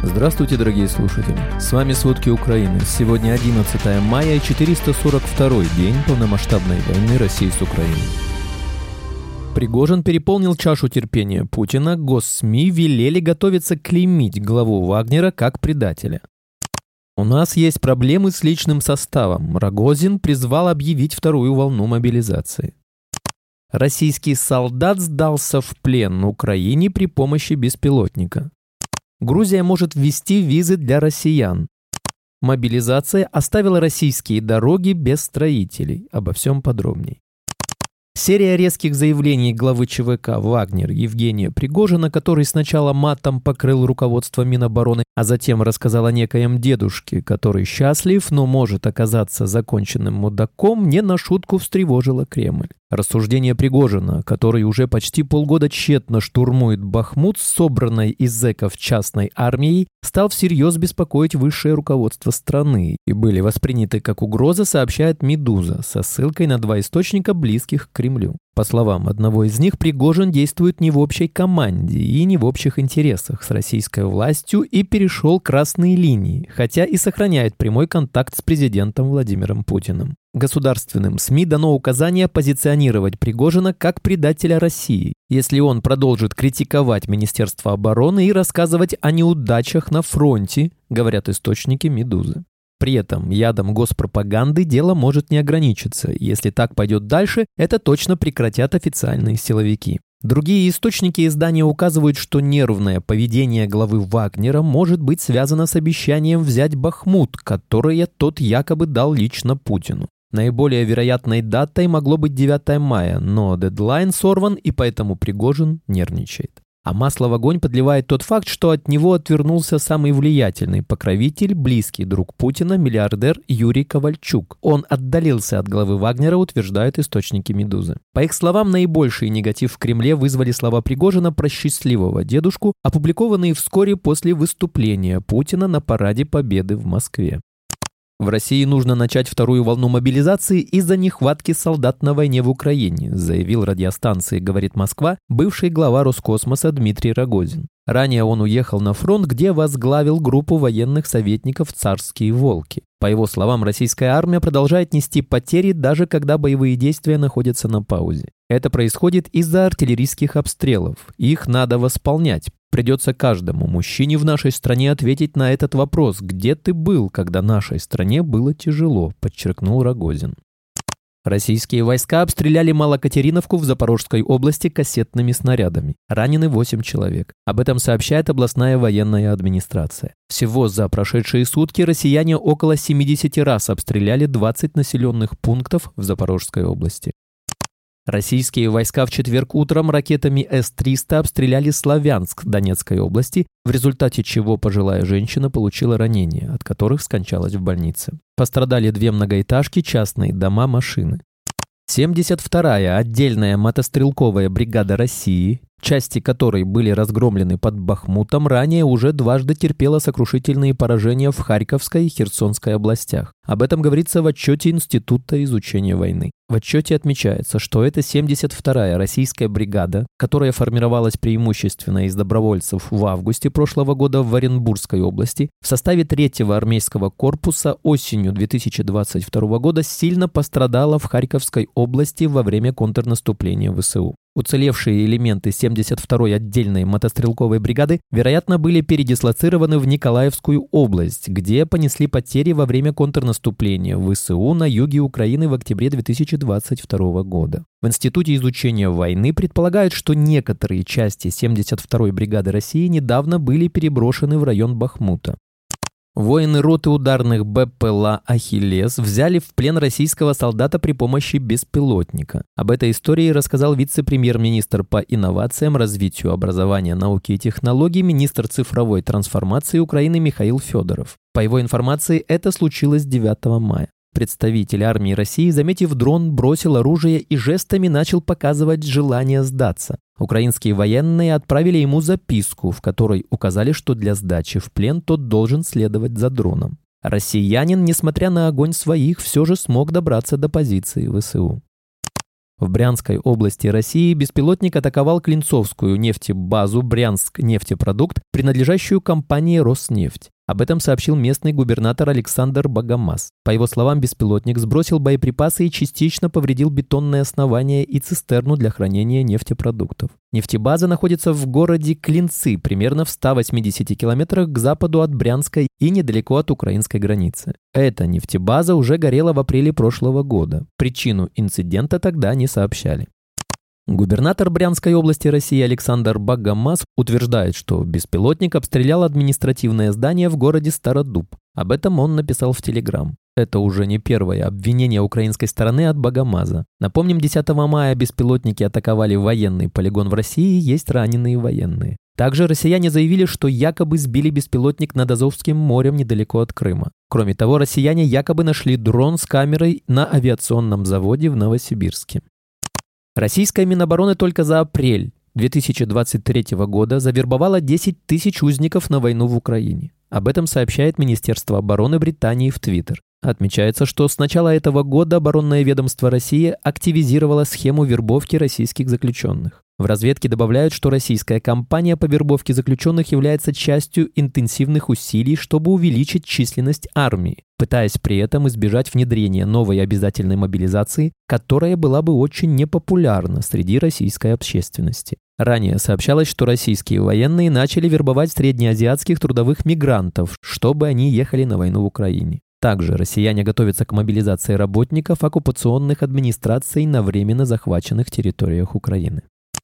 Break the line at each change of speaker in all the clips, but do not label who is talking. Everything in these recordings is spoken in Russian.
Здравствуйте, дорогие слушатели! С вами «Сводки Украины». Сегодня 11 мая и 442-й день полномасштабной войны России с Украиной. Пригожин переполнил чашу терпения Путина, госсми велели готовиться клеймить главу Вагнера как предателя. У нас есть проблемы с личным составом. Рогозин призвал объявить вторую волну мобилизации. Российский солдат сдался в плен на Украине при помощи беспилотника. Грузия может ввести визы для россиян. Мобилизация оставила российские дороги без строителей. Обо всем подробней. Серия резких заявлений главы ЧВК «Вагнер» Евгения Пригожина, который сначала матом покрыл руководство Минобороны, а затем рассказал о некоем дедушке, который счастлив, но может оказаться законченным мудаком, не на шутку встревожило Кремль. Рассуждение Пригожина, который уже почти полгода тщетно штурмует Бахмут, собранной из зэков частной армией, стал всерьез беспокоить высшее руководство страны и были восприняты как угроза, сообщает «Медуза», со ссылкой на два источника, близких к Кремлю. По словам одного из них, Пригожин действует не в общей команде и не в общих интересах с российской властью и перешел красные линии, хотя и сохраняет прямой контакт с президентом Владимиром Путиным. Государственным СМИ дано указание позиционировать Пригожина как предателя России, если он продолжит критиковать Министерство обороны и рассказывать о неудачах на фронте, говорят источники «Медузы». При этом ядом госпропаганды дело может не ограничиться. Если так пойдет дальше, это точно прекратят официальные силовики. Другие источники издания указывают, что нервное поведение главы Вагнера может быть связано с обещанием взять Бахмут, которое тот якобы дал лично Путину. Наиболее вероятной датой могло быть 9 мая, но дедлайн сорван, и поэтому Пригожин нервничает. А масло в огонь подливает тот факт, что от него отвернулся самый влиятельный покровитель, близкий друг Путина, миллиардер Юрий Ковальчук. Он отдалился от главы Вагнера, утверждают источники «Медузы». По их словам, наибольший негатив в Кремле вызвали слова Пригожина про счастливого дедушку, опубликованные вскоре после выступления Путина на Параде Победы в Москве. В России нужно начать вторую волну мобилизации из-за нехватки солдат на войне в Украине, заявил радиостанции «Говорит Москва» бывший глава Роскосмоса Дмитрий Рогозин. Ранее он уехал на фронт, где возглавил группу военных советников «Царские волки». По его словам, российская армия продолжает нести потери, даже когда боевые действия находятся на паузе. Это происходит из-за артиллерийских обстрелов. Их надо восполнять. Придется каждому мужчине в нашей стране ответить на этот вопрос: где ты был, когда нашей стране было тяжело, подчеркнул Рогозин. Российские войска обстреляли Малокатериновку в Запорожской области кассетными снарядами. Ранены 8 человек. Об этом сообщает областная военная администрация. Всего за прошедшие сутки россияне около 70 раз обстреляли 20 населенных пунктов в Запорожской области. Российские войска в четверг утром ракетами С-300 обстреляли Славянск Донецкой области, в результате чего пожилая женщина получила ранения, от которых скончалась в больнице. Пострадали 2 многоэтажки, частные дома, машины. 72-я отдельная мотострелковая бригада России, части которой были разгромлены под Бахмутом, ранее уже дважды терпела сокрушительные поражения в Харьковской и Херсонской областях. Об этом говорится в отчете Института изучения войны. В отчете отмечается, что это 72-я российская бригада, которая формировалась преимущественно из добровольцев в августе прошлого года в Оренбургской области, в составе 3-го армейского корпуса осенью 2022 года сильно пострадала в Харьковской области во время контрнаступления ВСУ. Уцелевшие элементы 72-й отдельной мотострелковой бригады, вероятно, были передислоцированы в Николаевскую область, где понесли потери во время контрнаступления ВСУ на юге Украины в октябре 2022 года. В Институте изучения войны предполагают, что некоторые части 72-й бригады России недавно были переброшены в район Бахмута. Воины роты ударных БПЛА «Ахиллес» взяли в плен российского солдата при помощи беспилотника. Об этой истории рассказал вице-премьер-министр по инновациям, развитию образования, науки и технологий, министр цифровой трансформации Украины Михаил Федоров. По его информации, это случилось 9 мая. Представитель армии России, заметив дрон, бросил оружие и жестами начал показывать желание сдаться. Украинские военные отправили ему записку, в которой указали, что для сдачи в плен тот должен следовать за дроном. Россиянин, несмотря на огонь своих, все же смог добраться до позиции ВСУ. В Брянской области России беспилотник атаковал Клинцовскую нефтебазу «Брянск-нефтепродукт», принадлежащую компании «Роснефть». Об этом сообщил местный губернатор Александр Богомаз. По его словам, беспилотник сбросил боеприпасы и частично повредил бетонное основание и цистерну для хранения нефтепродуктов. Нефтебаза находится в городе Клинцы, примерно в 180 километрах к западу от Брянска и недалеко от украинской границы. Эта нефтебаза уже горела в апреле прошлого года. Причину инцидента тогда не сообщали. Губернатор Брянской области России Александр Богомаз утверждает, что беспилотник обстрелял административное здание в городе Стародуб. Об этом он написал в Телеграм. Это уже не первое обвинение украинской стороны от Богомаза. Напомним, 10 мая беспилотники атаковали военный полигон в России, есть раненые военные. Также россияне заявили, что якобы сбили беспилотник над Азовским морем недалеко от Крыма. Кроме того, россияне якобы нашли дрон с камерой на авиационном заводе в Новосибирске. Российская Минобороны только за апрель 2023 года завербовала 10 тысяч узников на войну в Украине. Об этом сообщает Министерство обороны Британии в Твиттер. Отмечается, что с начала этого года оборонное ведомство России активизировало схему вербовки российских заключенных. В разведке добавляют, что российская кампания по вербовке заключенных является частью интенсивных усилий, чтобы увеличить численность армии, пытаясь при этом избежать внедрения новой обязательной мобилизации, которая была бы очень непопулярна среди российской общественности. Ранее сообщалось, что российские военные начали вербовать среднеазиатских трудовых мигрантов, чтобы они ехали на войну в Украине. Также россияне готовятся к мобилизации работников оккупационных администраций на временно захваченных территориях Украины.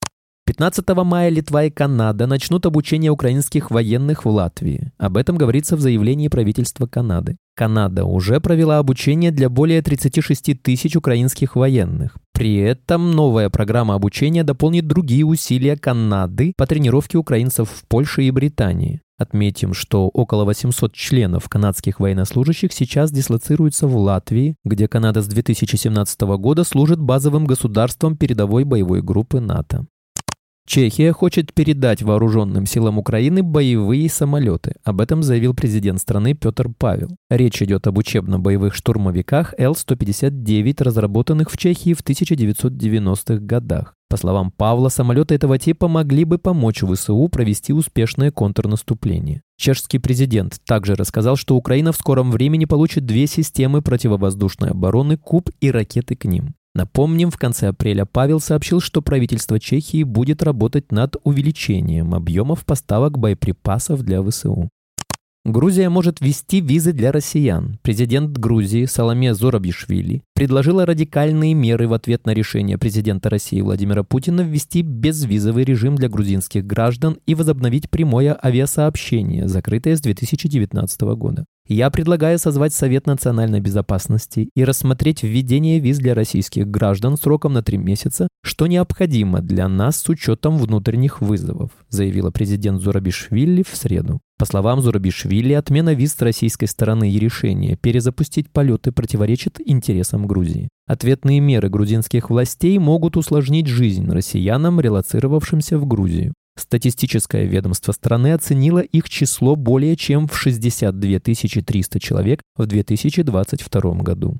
15 мая Литва и Канада начнут обучение украинских военных в Латвии. Об этом говорится в заявлении правительства Канады. Канада уже провела обучение для более 36 тысяч украинских военных. При этом новая программа обучения дополнит другие усилия Канады по тренировке украинцев в Польше и Британии. Отметим, что около 800 членов канадских военнослужащих сейчас дислоцируются в Латвии, где Канада с 2017 года служит базовым государством передовой боевой группы НАТО. Чехия хочет передать вооруженным силам Украины боевые самолеты. Об этом заявил президент страны Петр Павел. Речь идет об учебно-боевых штурмовиках Л-159, разработанных в Чехии в 1990-х годах. По словам Павла, самолеты этого типа могли бы помочь ВСУ провести успешное контрнаступление. Чешский президент также рассказал, что Украина в скором времени получит 2 системы противовоздушной обороны «Куб» и ракеты к ним. Напомним, в конце апреля Павел сообщил, что правительство Чехии будет работать над увеличением объемов поставок боеприпасов для ВСУ. Грузия может ввести визы для россиян. Президент Грузии Саломе Зурабишвили предложила радикальные меры в ответ на решение президента России Владимира Путина ввести безвизовый режим для грузинских граждан и возобновить прямое авиасообщение, закрытое с 2019 года. Я предлагаю созвать Совет национальной безопасности и рассмотреть введение виз для российских граждан сроком на 3 месяца, что необходимо для нас с учетом внутренних вызовов, заявила президент Зурабишвили в среду. По словам Зурабишвили, отмена виз с российской стороны и решение перезапустить полеты противоречит интересам Грузии. Ответные меры грузинских властей могут усложнить жизнь россиянам, релоцировавшимся в Грузию. Статистическое ведомство страны оценило их число более чем в 62 300 человек в 2022 году.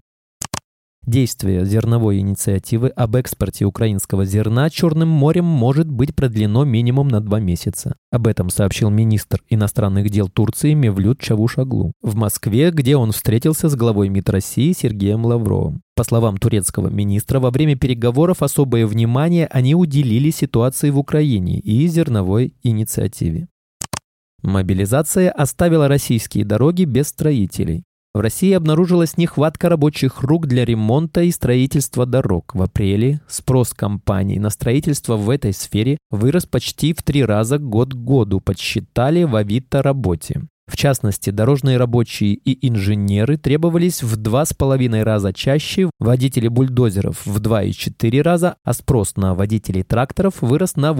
Действие зерновой инициативы об экспорте украинского зерна Черным морем может быть продлено минимум на 2 месяца. Об этом сообщил министр иностранных дел Турции Мевлют Чавушоглу в Москве, где он встретился с главой МИД России Сергеем Лавровым. По словам турецкого министра, во время переговоров особое внимание они уделили ситуации в Украине и зерновой инициативе. Мобилизация оставила российские дороги без строителей. В России обнаружилась нехватка рабочих рук для ремонта и строительства дорог. В апреле спрос компаний на строительство в этой сфере вырос почти в 3 раза год к году, подсчитали в Авито работе. В частности, дорожные рабочие и инженеры требовались в 2,5 раза чаще, водители бульдозеров в 2,4 раза, а спрос на водителей тракторов вырос на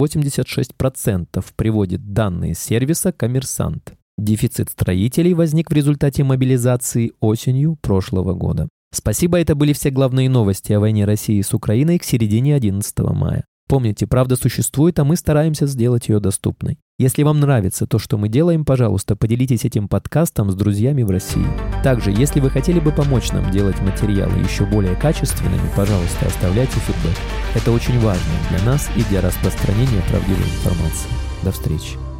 86%, приводит данные сервиса «Коммерсант». Дефицит строителей возник в результате мобилизации осенью прошлого года. Спасибо, это были все главные новости о войне России с Украиной к середине 11 мая. Помните, правда существует, а мы стараемся сделать ее доступной. Если вам нравится то, что мы делаем, пожалуйста, поделитесь этим подкастом с друзьями в России. Также, если вы хотели бы помочь нам делать материалы еще более качественными, пожалуйста, оставляйте фидбэк. Это очень важно для нас и для распространения правдивой информации. До встречи.